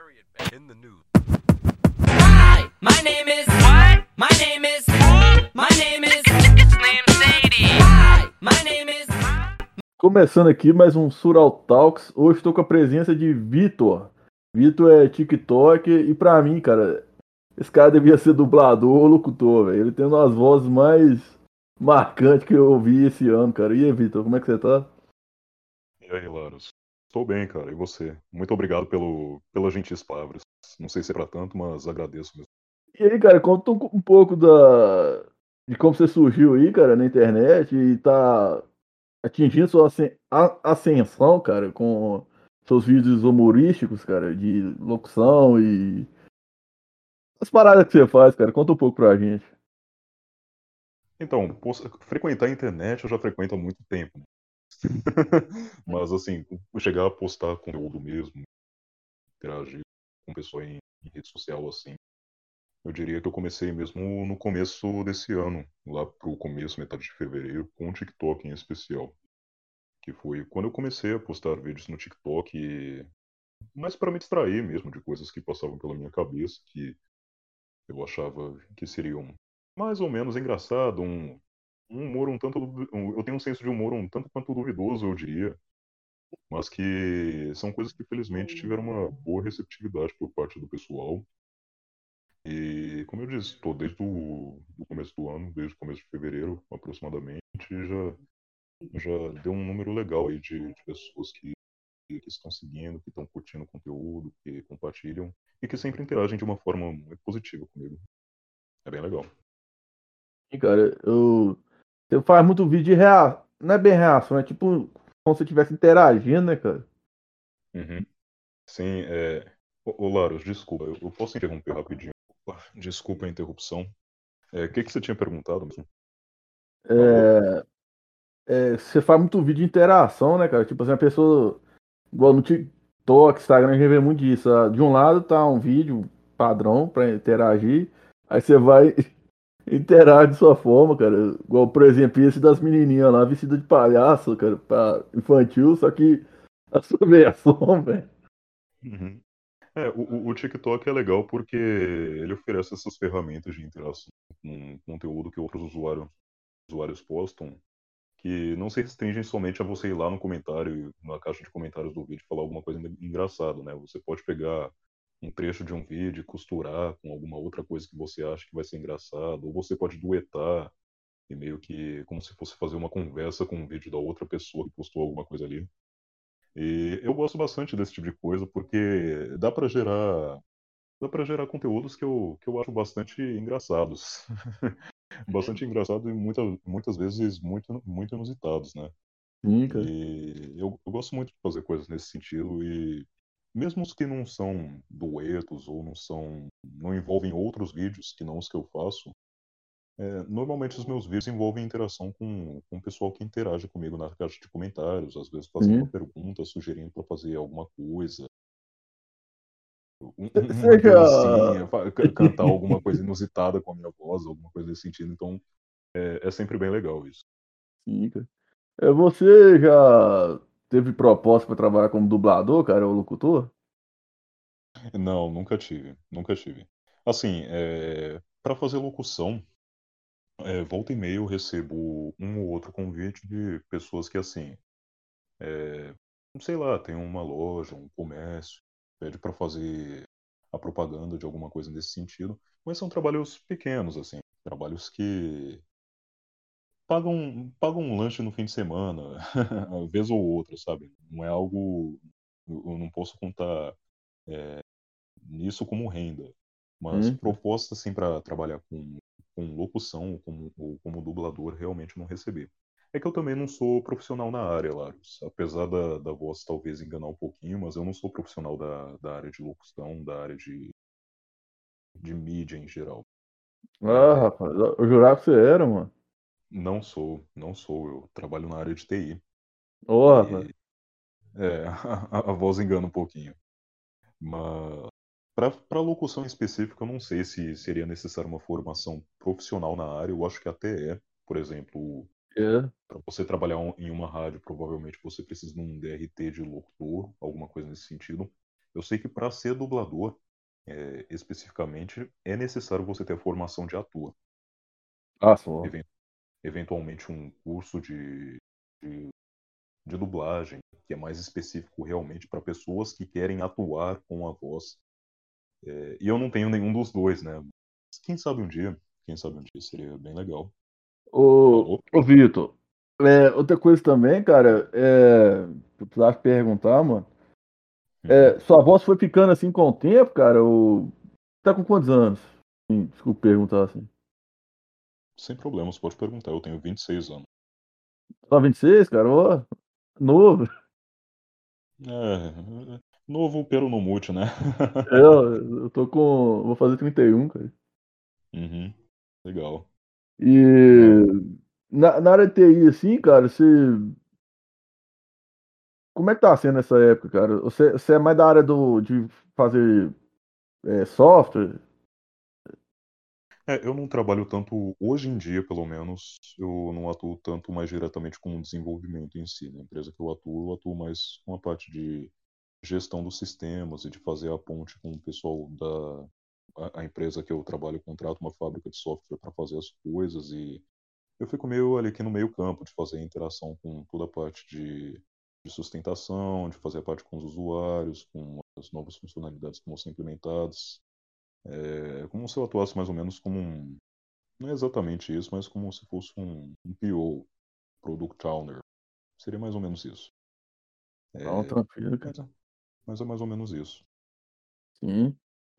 In the news. Hi, my name is what? My name is my name is Slim Sadie. Hi, my name is. Começando aqui mais um Sural Talks. Hoje estou com a presença de Vitor. Vitor é TikTok e pra mim, cara, esse cara devia ser dublador ou locutor, velho. Ele tem uma das vozes mais marcantes que eu ouvi esse ano, cara. E aí, Vitor, como é que você tá? E aí, Laros? Estou bem, cara. E você? Muito obrigado pelas gentis palavras. Não sei se é pra tanto, mas agradeço mesmo. E aí, cara, conta um pouco de como você surgiu aí, cara, na internet e tá atingindo sua ascensão, cara, com seus vídeos humorísticos, cara, de locução e as paradas que você faz, cara. Conta um pouco pra gente. Então, frequentar a internet eu já frequento há muito tempo, né? Mas, assim, chegar a postar conteúdo mesmo, interagir com pessoa em rede social, assim, eu diria que eu comecei mesmo no começo desse ano, lá pro começo, metade de fevereiro, com o TikTok em especial. Que foi quando eu comecei a postar vídeos no TikTok, mas para me distrair mesmo de coisas que passavam pela minha cabeça, que eu achava que seriam mais ou menos engraçado, um humor um tanto. Eu tenho um senso de humor um tanto quanto duvidoso, eu diria, mas que são coisas que felizmente tiveram uma boa receptividade por parte do pessoal. E, como eu disse, estou desde o do começo do ano, desde o começo de fevereiro aproximadamente, já deu um número legal aí de pessoas que estão seguindo, que estão curtindo o conteúdo, que compartilham e que sempre interagem de uma forma muito positiva comigo. É bem legal. E, cara, você faz muito vídeo de reação. Não é bem reação, é tipo como se você estivesse interagindo, né, cara? Uhum. Sim, ô Laros, desculpa, eu posso interromper rapidinho? Opa, desculpa a interrupção. O que você tinha perguntado mesmo? Falou? É, você faz muito vídeo de interação, né, cara? Tipo assim, a pessoa, igual no TikTok, Instagram, a gente vê muito disso. De um lado tá um vídeo padrão pra interagir, aí você vai interage de sua forma, cara. Igual, por exemplo, esse das menininhas lá, vestida de palhaço, cara, pra infantil, só que a sua versão, velho. Uhum. O TikTok é legal porque ele oferece essas ferramentas de interação com conteúdo que outros usuários postam, que não se restringem somente a você ir lá no comentário, na caixa de comentários do vídeo, e falar alguma coisa engraçada, né? Você pode pegar um trecho de um vídeo e costurar com alguma outra coisa que você acha que vai ser engraçado, ou você pode duetar e meio que como se fosse fazer uma conversa com um vídeo da outra pessoa que postou alguma coisa ali. E eu gosto bastante desse tipo de coisa porque dá para gerar conteúdos que eu acho bastante engraçados. Bastante engraçado e muitas vezes muito inusitados, né? Sim, cara. E eu gosto muito de fazer coisas nesse sentido e mesmo os que não são duetos ou não envolvem outros vídeos que não os que eu faço, normalmente os meus vídeos envolvem interação com o pessoal que interage comigo na caixa de comentários, às vezes fazendo uma Sim. pergunta, sugerindo para fazer alguma coisa, uma Você dancinha, já. cantar alguma coisa inusitada com a minha voz, alguma coisa nesse sentido. Então é sempre bem legal isso. Sim, cara. Você já teve proposta pra trabalhar como dublador, cara, ou locutor? Não, nunca tive, nunca tive. Assim, para fazer locução, volta e meia eu recebo um ou outro convite de pessoas que, assim, é, sei lá, tem uma loja, um comércio, pede para fazer a propaganda de alguma coisa nesse sentido, mas são trabalhos pequenos, assim, trabalhos que pagam um lanche no fim de semana, vez ou outra, sabe? Não é algo, eu não posso contar nisso como renda, mas Sim, cara. proposta assim para trabalhar com locução ou como dublador realmente eu não recebi. É que eu também não sou profissional na área, Larus. Apesar da voz talvez enganar um pouquinho, mas eu não sou profissional da área de locução, da área de mídia em geral. Ah, É, rapaz, eu jurava que você era, mano. não sou. Eu trabalho na área de TI. Ô, rapaz. E a voz engana um pouquinho. Mas para locução em específico, eu não sei se seria necessária uma formação profissional na área. Eu acho que até é. Por exemplo, É. para você trabalhar em uma rádio, provavelmente você precisa de um DRT de locutor, alguma coisa nesse sentido. Eu sei que para ser dublador, especificamente, é necessário você ter a formação de ator. Ah, só. Even- Eventualmente um curso de, de dublagem, que é mais específico realmente para pessoas que querem atuar com a voz. E eu não tenho nenhum dos dois, né? Mas quem sabe um dia seria bem legal. Alô? Ô Vitor, outra coisa também, cara, eu precisava te perguntar, mano. Uhum. Sua voz foi ficando assim com o tempo, cara? Ou tá com quantos anos? Sim, desculpa perguntar assim. Sem problemas, pode perguntar. Eu tenho 26 anos. Tá 26, cara? Ó, novo. Novo pero no mute, né? Eu tô com. Vou fazer 31, cara. Uhum. Legal. E Não, na área de TI, assim, cara, você. Como é que tá sendo essa época, cara? Você é mais da área de fazer software? eu não trabalho tanto, hoje em dia, pelo menos, eu não atuo tanto mais diretamente com o desenvolvimento em si. Na empresa que eu atuo mais com a parte de gestão dos sistemas e de fazer a ponte com o pessoal a empresa que eu trabalho contrata uma fábrica de software para fazer as coisas e eu fico meio ali aqui no meio campo de fazer a interação com toda a parte de sustentação, de fazer a parte com os usuários, com as novas funcionalidades que vão ser implementadas. É como se eu atuasse mais ou menos como não é exatamente isso, mas como se fosse um PO, Product Owner. Seria mais ou menos isso. Não, É, tranquilo, cara. mas, mas é mais ou menos isso. Sim.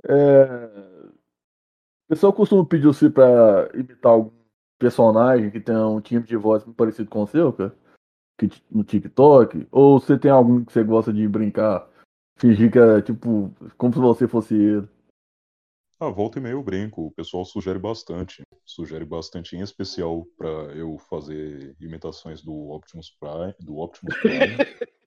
O pessoal costuma pedir você pra imitar algum personagem que tenha um timbre de voz muito parecido com o seu, cara? No TikTok? Ou você tem algum que você gosta de brincar? Fingir que é tipo, como se você fosse ele? Volta e meia eu brinco, o pessoal sugere bastante em especial para eu fazer imitações do Optimus Prime,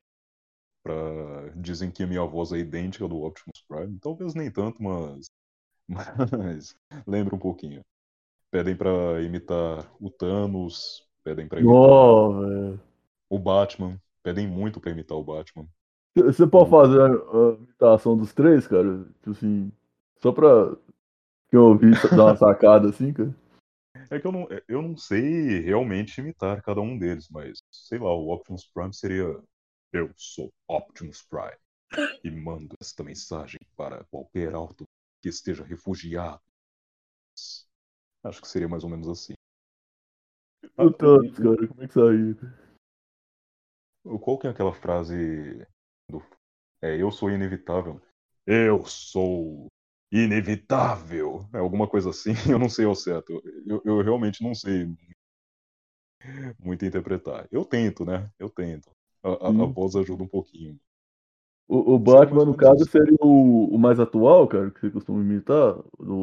dizem que a minha voz é idêntica do Optimus Prime, talvez nem tanto, mas mas lembra um pouquinho. Pedem para imitar o Thanos, pedem para imitar Não, velho. o Batman, pedem muito para imitar o Batman. Você pode O, fazer a imitação dos três, cara? Tipo assim, só pra que eu ouvir dar uma sacada assim, cara. É que eu não sei realmente imitar cada um deles, mas sei lá, o Optimus Prime seria: Eu sou Optimus Prime e mando esta mensagem para qualquer auto que esteja refugiado. Acho que seria mais ou menos assim. O Ah, Thanos, cara, como é que saiu? qual que é aquela frase do eu sou inevitável? Eu sou inevitável. É alguma coisa assim, eu não sei ao certo. Eu realmente não sei muito interpretar. Eu tento, né? Eu tento. A Sim. voz ajuda um pouquinho. O Seria Batman, mais ou no menos caso, isso. seria o mais atual, cara, que você costuma imitar?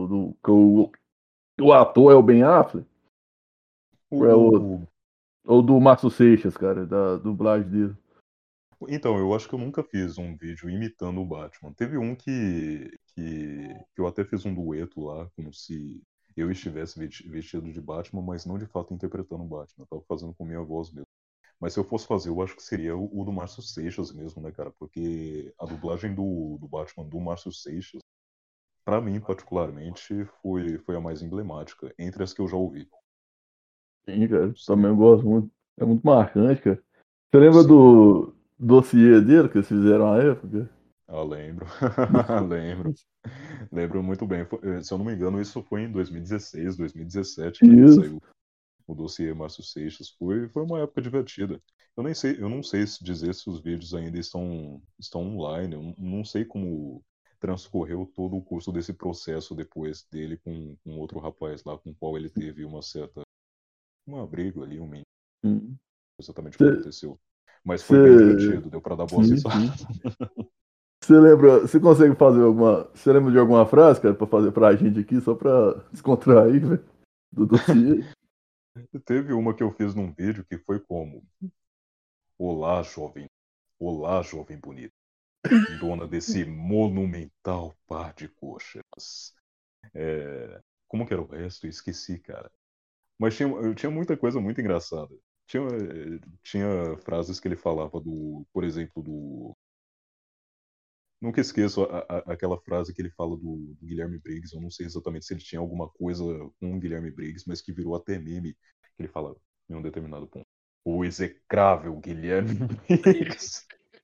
O ator é o Ben Affleck? O, Ou é outro? o, Ou do Márcio Seixas, cara, da dublagem dele. Então, eu acho que eu nunca fiz um vídeo imitando o Batman. Teve um que eu até fiz um dueto lá, como se eu estivesse vestido de Batman, mas não de fato interpretando o Batman. Eu tava fazendo com minha voz mesmo. Mas se eu fosse fazer, eu acho que seria o do Márcio Seixas mesmo, né, cara? Porque a dublagem do Batman do Márcio Seixas, pra mim, particularmente, foi a mais emblemática, entre as que eu já ouvi. Sim, cara, também Sim, eu gosto muito. É muito marcante, cara. Você lembra sim. do dossiê dele que eles fizeram na época? Lembro. Lembro. Lembro muito bem. Se eu não me engano, isso foi em 2016, 2017, né, que Isso. saiu o dossiê Márcio Seixas. Foi uma época divertida. Eu não sei se dizer se os vídeos ainda estão online. Eu não sei como transcorreu todo o curso desse processo depois dele com outro rapaz lá com o qual ele teve uma briga ali, Sim. exatamente o que Você, aconteceu. Mas foi bem você, divertido, deu pra dar boas sim, risadas. sim. Você lembra, você consegue fazer você lembra de alguma frase, cara, pra fazer pra gente aqui, só pra descontrair, velho, do dossiê? Teve uma que eu fiz num vídeo que foi como: Olá, jovem. Olá, jovem bonita. Dona desse monumental par de coxas. Como que era o resto? Eu esqueci, cara. Mas tinha muita coisa muito engraçada. Tinha frases que ele falava por exemplo, Nunca esqueço aquela frase que ele fala do Guilherme Briggs. Eu não sei exatamente se ele tinha alguma coisa com o Guilherme Briggs, mas que virou até meme. Que ele fala em um determinado ponto. O execrável Guilherme Briggs.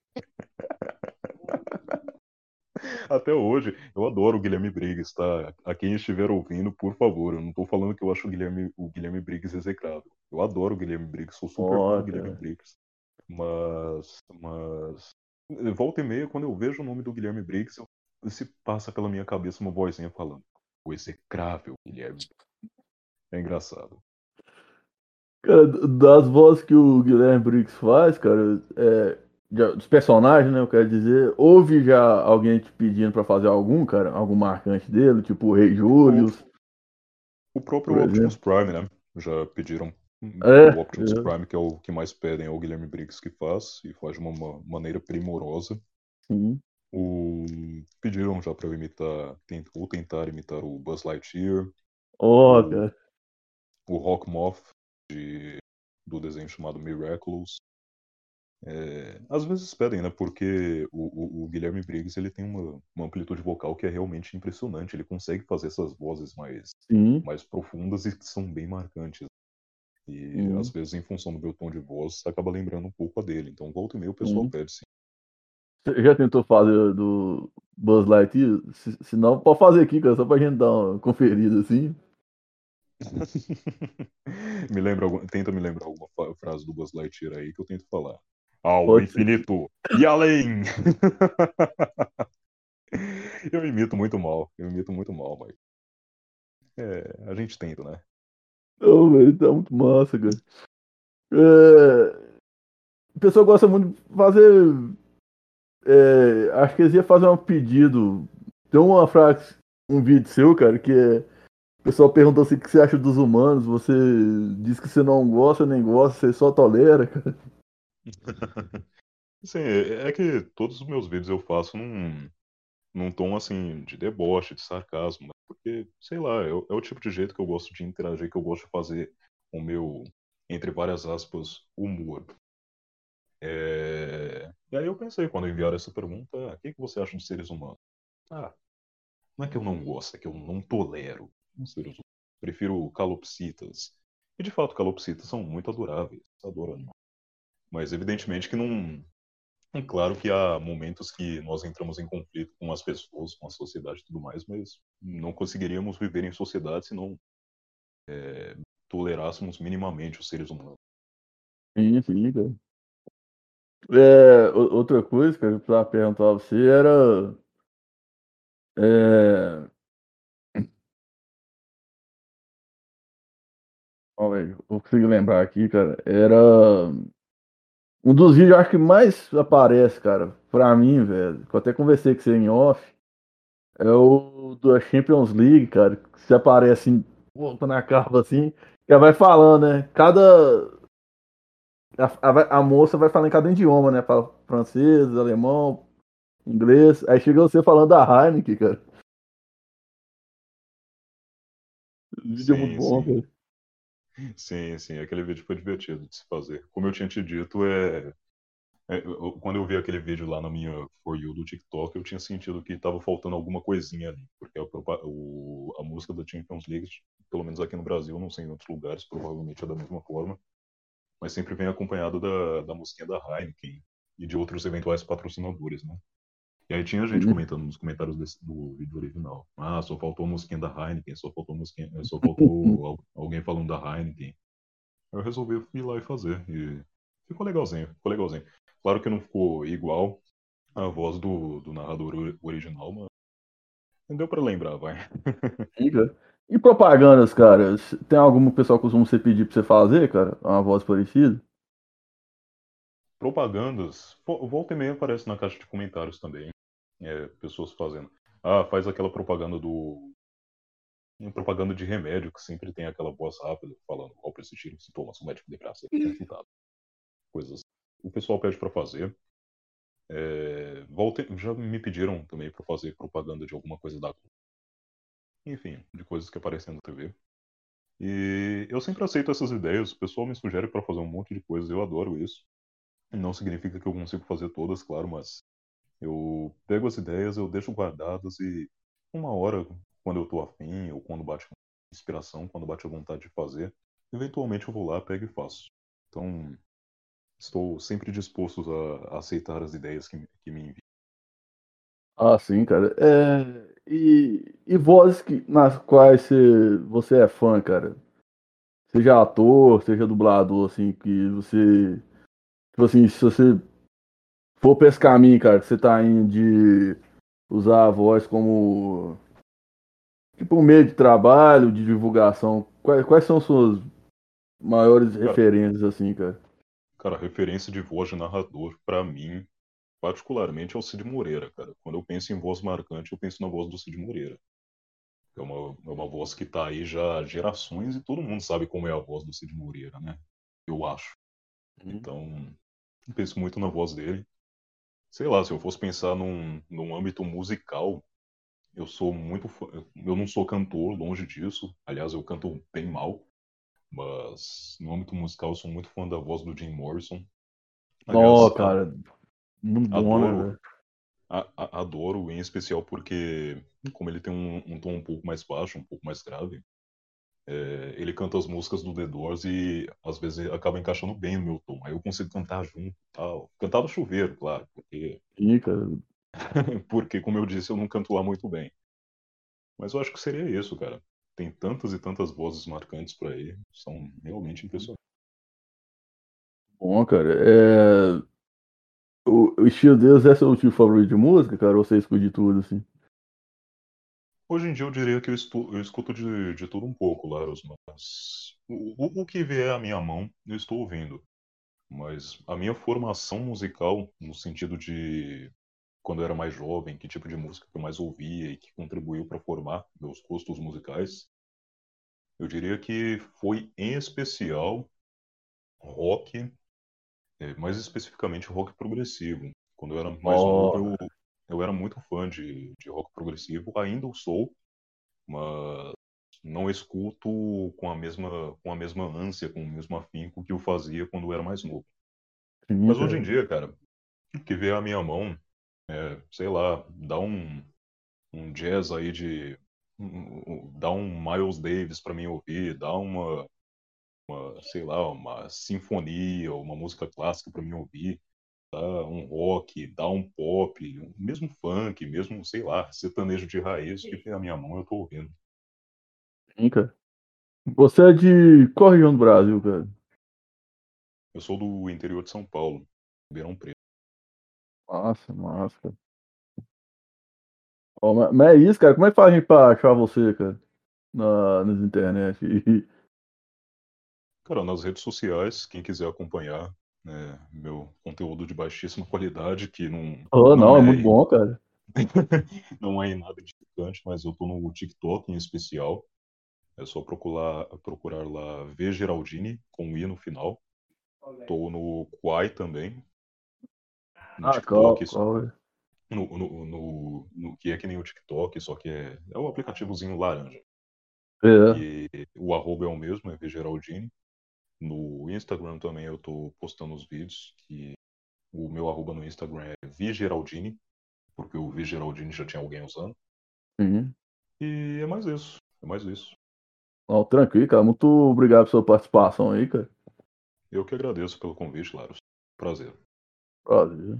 Até hoje, eu adoro o Guilherme Briggs, tá? A quem estiver ouvindo, por favor, eu não tô falando que eu acho o Guilherme Briggs execrável. Eu adoro o Guilherme Briggs, sou super fã Ó, do Guilherme cara. Briggs. Mas, volta e meia, quando eu vejo o nome do Guilherme Briggs, se passa pela minha cabeça uma vozinha falando, o execrável Guilherme. É engraçado. Cara, das vozes que o Guilherme Briggs faz, cara, dos personagens, né, eu quero dizer, houve já alguém te pedindo pra fazer algum, cara, algum marcante dele, tipo o Rei O, Julius, o por próprio Optimus exemplo. Prime, né? Já pediram o É, Optimus Prime, que é o que mais pedem, é o Guilherme Briggs que faz, e faz de uma maneira primorosa. sim. O... Pediram já para eu imitar, ou tentar imitar o Buzz Lightyear, Ó, o, cara. o Hawkmoth do desenho chamado Miraculous. Às vezes pedem, né? Porque o Guilherme Briggs ele tem uma amplitude vocal que é realmente impressionante. Ele consegue fazer essas vozes Sim, mais profundas e que são bem marcantes. E às sim, vezes, em função do meu tom de voz, acaba lembrando um pouco a dele. Então, volta e meia, o pessoal sim. pede sim. Você já tentou fazer do Buzz Lightyear? Se não, pode fazer aqui, cara, só pra gente dar uma conferida, assim. Tenta me lembrar alguma frase do Buzz Lightyear aí que eu tento falar. Ao Pode ser. infinito e além! Eu imito muito mal, mas a gente tenta, né? Não, velho, tá muito massa, cara. É, a pessoa gosta muito de fazer. Acho que eles iam fazer um pedido. Tem uma frase, um vídeo seu, cara, que é. O pessoal perguntou assim o que você acha dos humanos. Você diz que você não gosta nem gosta, você só tolera, cara. Assim, é que todos os meus vídeos eu faço num tom assim de deboche, de sarcasmo, né? Porque, sei lá, é o tipo de jeito que eu gosto de interagir, que eu gosto de fazer o meu, entre várias aspas, humor. E aí eu pensei, quando enviaram essa pergunta, o que você acha dos seres humanos? Ah, não é que eu não gosto, é que eu não tolero os seres humanos. Prefiro calopsitas. E de fato, calopsitas são muito adoráveis. Adoro animais. Mas evidentemente que não. É claro que há momentos que nós entramos em conflito com as pessoas, com a sociedade e tudo mais, mas não conseguiríamos viver em sociedade se não tolerássemos minimamente os seres humanos. Sim, sim, cara. Outra coisa que eu precisava perguntar a você era. É, ó, velho, vou conseguir lembrar aqui, cara. Era. Um dos vídeos, acho que mais aparece, cara, pra mim, velho, que eu até conversei com você em off, é o da Champions League, cara, que você aparece assim, volta na capa assim, que ela vai falando, né? A moça vai falando em cada idioma, né? Fala francês, alemão, inglês. Aí chega você falando da Heineken, cara. O vídeo é muito Sim, bom, sim. cara. Sim, sim. Aquele vídeo foi divertido de se fazer. Como eu tinha te dito, quando eu vi aquele vídeo lá na minha For You do TikTok, eu tinha sentido que estava faltando alguma coisinha ali. Porque a música da Champions League, pelo menos aqui no Brasil, não sei em outros lugares, provavelmente é da mesma forma, mas sempre vem acompanhado da musiquinha da Heineken e de outros eventuais patrocinadores, né? E aí tinha gente Sim. comentando nos comentários do vídeo original. Ah, só faltou a musiquinha da Heineken, só faltou alguém falando da Heineken. Eu resolvi ir lá e fazer. E ficou legalzinho, ficou legalzinho. Claro que não ficou igual a voz do narrador original, mas deu pra lembrar, vai. Sim, cara. E propagandas, cara? Tem alguma que o pessoal costuma você pedir pra você fazer, cara? Uma voz parecida? Propagandas, volta e meia aparece na caixa de comentários também. Pessoas fazendo. Ah, faz aquela propaganda propaganda de remédio, que sempre tem aquela voz rápida falando qual persistir sintomas, o médico deverá ser consultado. Coisas assim. O pessoal pede para fazer. Já me pediram também para fazer propaganda de alguma coisa da Globo. Enfim, de coisas que aparecem na TV. E eu sempre aceito essas ideias. O pessoal me sugere para fazer um monte de coisas. Eu adoro isso. Não significa que eu consigo fazer todas, claro, mas Eu pego as ideias, eu deixo guardadas e uma hora, quando eu tô afim, ou quando bate inspiração, quando bate a vontade de fazer, eventualmente eu vou lá, pego e faço. Então, estou sempre disposto a aceitar as ideias que me enviam. Ah, sim, cara. E vozes nas quais você é fã, cara? Seja ator, seja dublador, assim, que você. Tipo assim, se você for pra esse caminho, cara, que você tá indo de usar a voz como. Tipo, um meio de trabalho, de divulgação. Quais são suas maiores Cara, referências, assim, cara? cara, referência de voz de narrador, pra mim, particularmente, é o Cid Moreira, cara. Quando eu penso em voz marcante, eu penso na voz do Cid Moreira. É uma voz que tá aí já há gerações e todo mundo sabe como é a voz do Cid Moreira, né? Eu acho. Uhum. Então, eu penso muito na voz dele. Sei lá, se eu fosse pensar num âmbito musical, eu sou muito fã. Eu não sou cantor, longe disso. Aliás, eu canto bem mal. Mas no âmbito musical, eu sou muito fã da voz do Jim Morrison. Ó, Aliás, cara, muito bom, né, adoro, velho? adoro, em especial porque, como ele tem um tom um pouco mais baixo, um pouco mais grave, ele canta as músicas do The Doors e às vezes acaba encaixando bem no meu tom. Aí eu consigo cantar junto e tal. Cantar no chuveiro, claro, porque, Sim, cara. porque, como eu disse, eu não canto lá muito bem. Mas eu acho que seria isso, cara. Tem tantas e tantas vozes marcantes por aí, são realmente impressionantes. Bom, cara. O estilo deles é seu tipo favorito de música, cara? Ou você escuta de tudo, assim? Hoje em dia eu diria que eu escuto de tudo um pouco, Laros, mas o que vier à minha mão eu estou ouvindo. Mas a minha formação musical, no sentido de quando eu era mais jovem, que tipo de música que eu mais ouvia e que contribuiu para formar meus gostos musicais, eu diria que foi em especial rock, mais especificamente rock progressivo. Quando eu era mais novo, Ó, eu era muito fã de rock progressivo, ainda o sou, mas não escuto com a mesma ânsia, com o mesmo afinco que eu fazia quando eu era mais novo. sim, Mas hoje cara. em dia, cara, o que vier à minha mão, sei lá, dá um jazz aí dá um Miles Davis pra mim ouvir, dá sei lá, uma sinfonia, uma música clássica pra mim ouvir, dá um rock, dá um pop, mesmo funk, mesmo, sei lá, sertanejo de raiz, o que vier à minha mão eu tô ouvindo. Sim, cara. Você é de qual região do Brasil, cara? Eu sou do interior de São Paulo, Ribeirão Preto. Massa, massa, cara. Ó, mas é isso, cara. Como é que faz a gente pra achar você, cara? Nas internet. Cara, nas redes sociais, quem quiser acompanhar, meu conteúdo de baixíssima qualidade, que Oh, não não, é muito é bom, cara. não é nada edificante, mas eu tô no TikTok em especial. É só procurar lá V Geraldini, com I no final. Tô no Quai também, no Ah, qual, TikTok, qual? que é que nem o TikTok, só que é o aplicativozinho laranja. É. E o arroba é o mesmo, é V Geraldini. No Instagram também eu tô postando os vídeos, que o meu arroba no Instagram é Vigeraldini, porque o Vigeraldini já tinha alguém usando. Sim. E é mais isso. É mais isso. Não, tranquilo, cara. Muito obrigado pela sua participação aí, cara. Eu que agradeço pelo convite, Laros. Prazer. Prazer.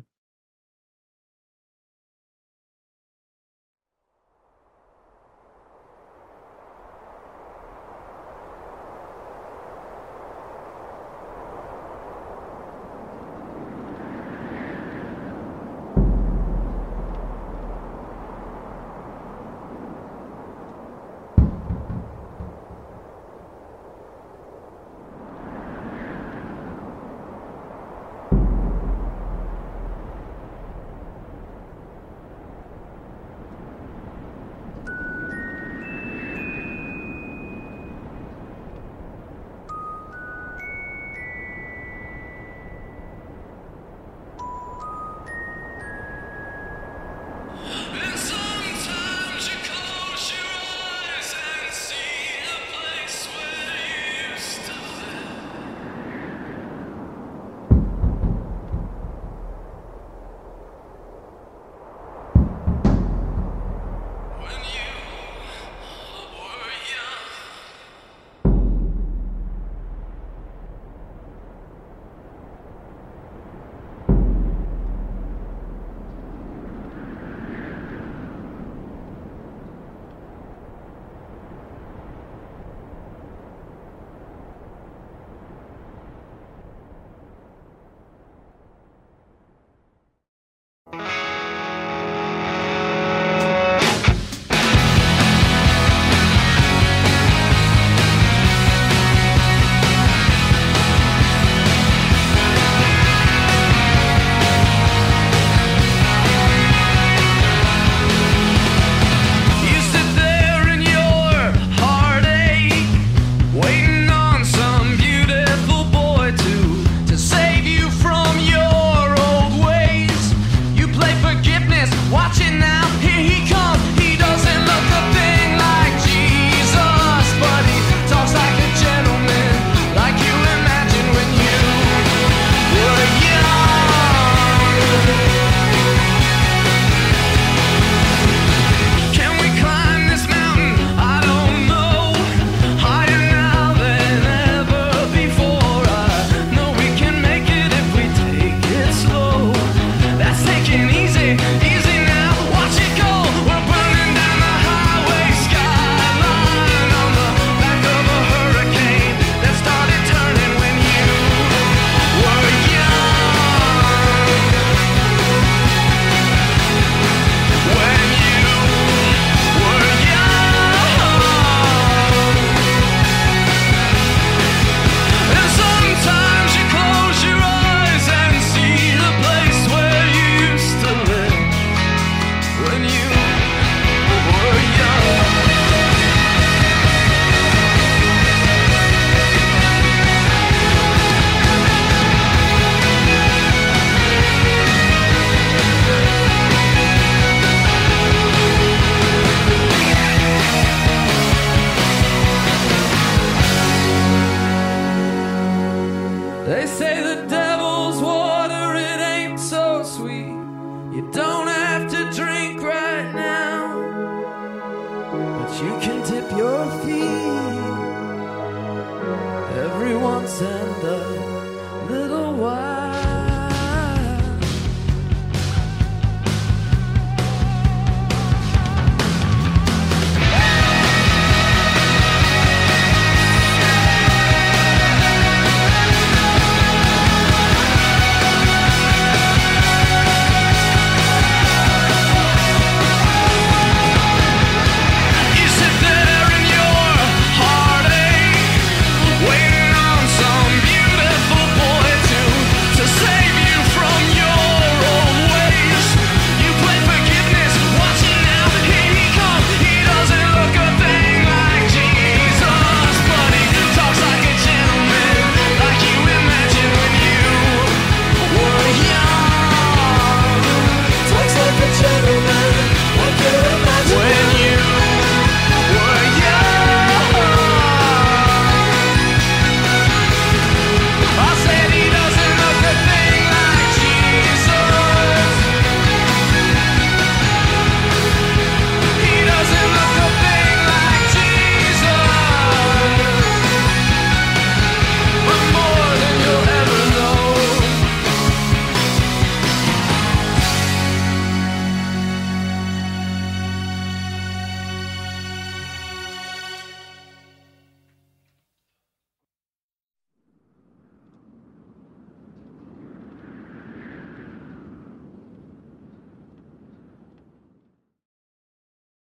They say the devil's water, it ain't so sweet. You don't have to drink right now, but you can dip your feet every once and a little while.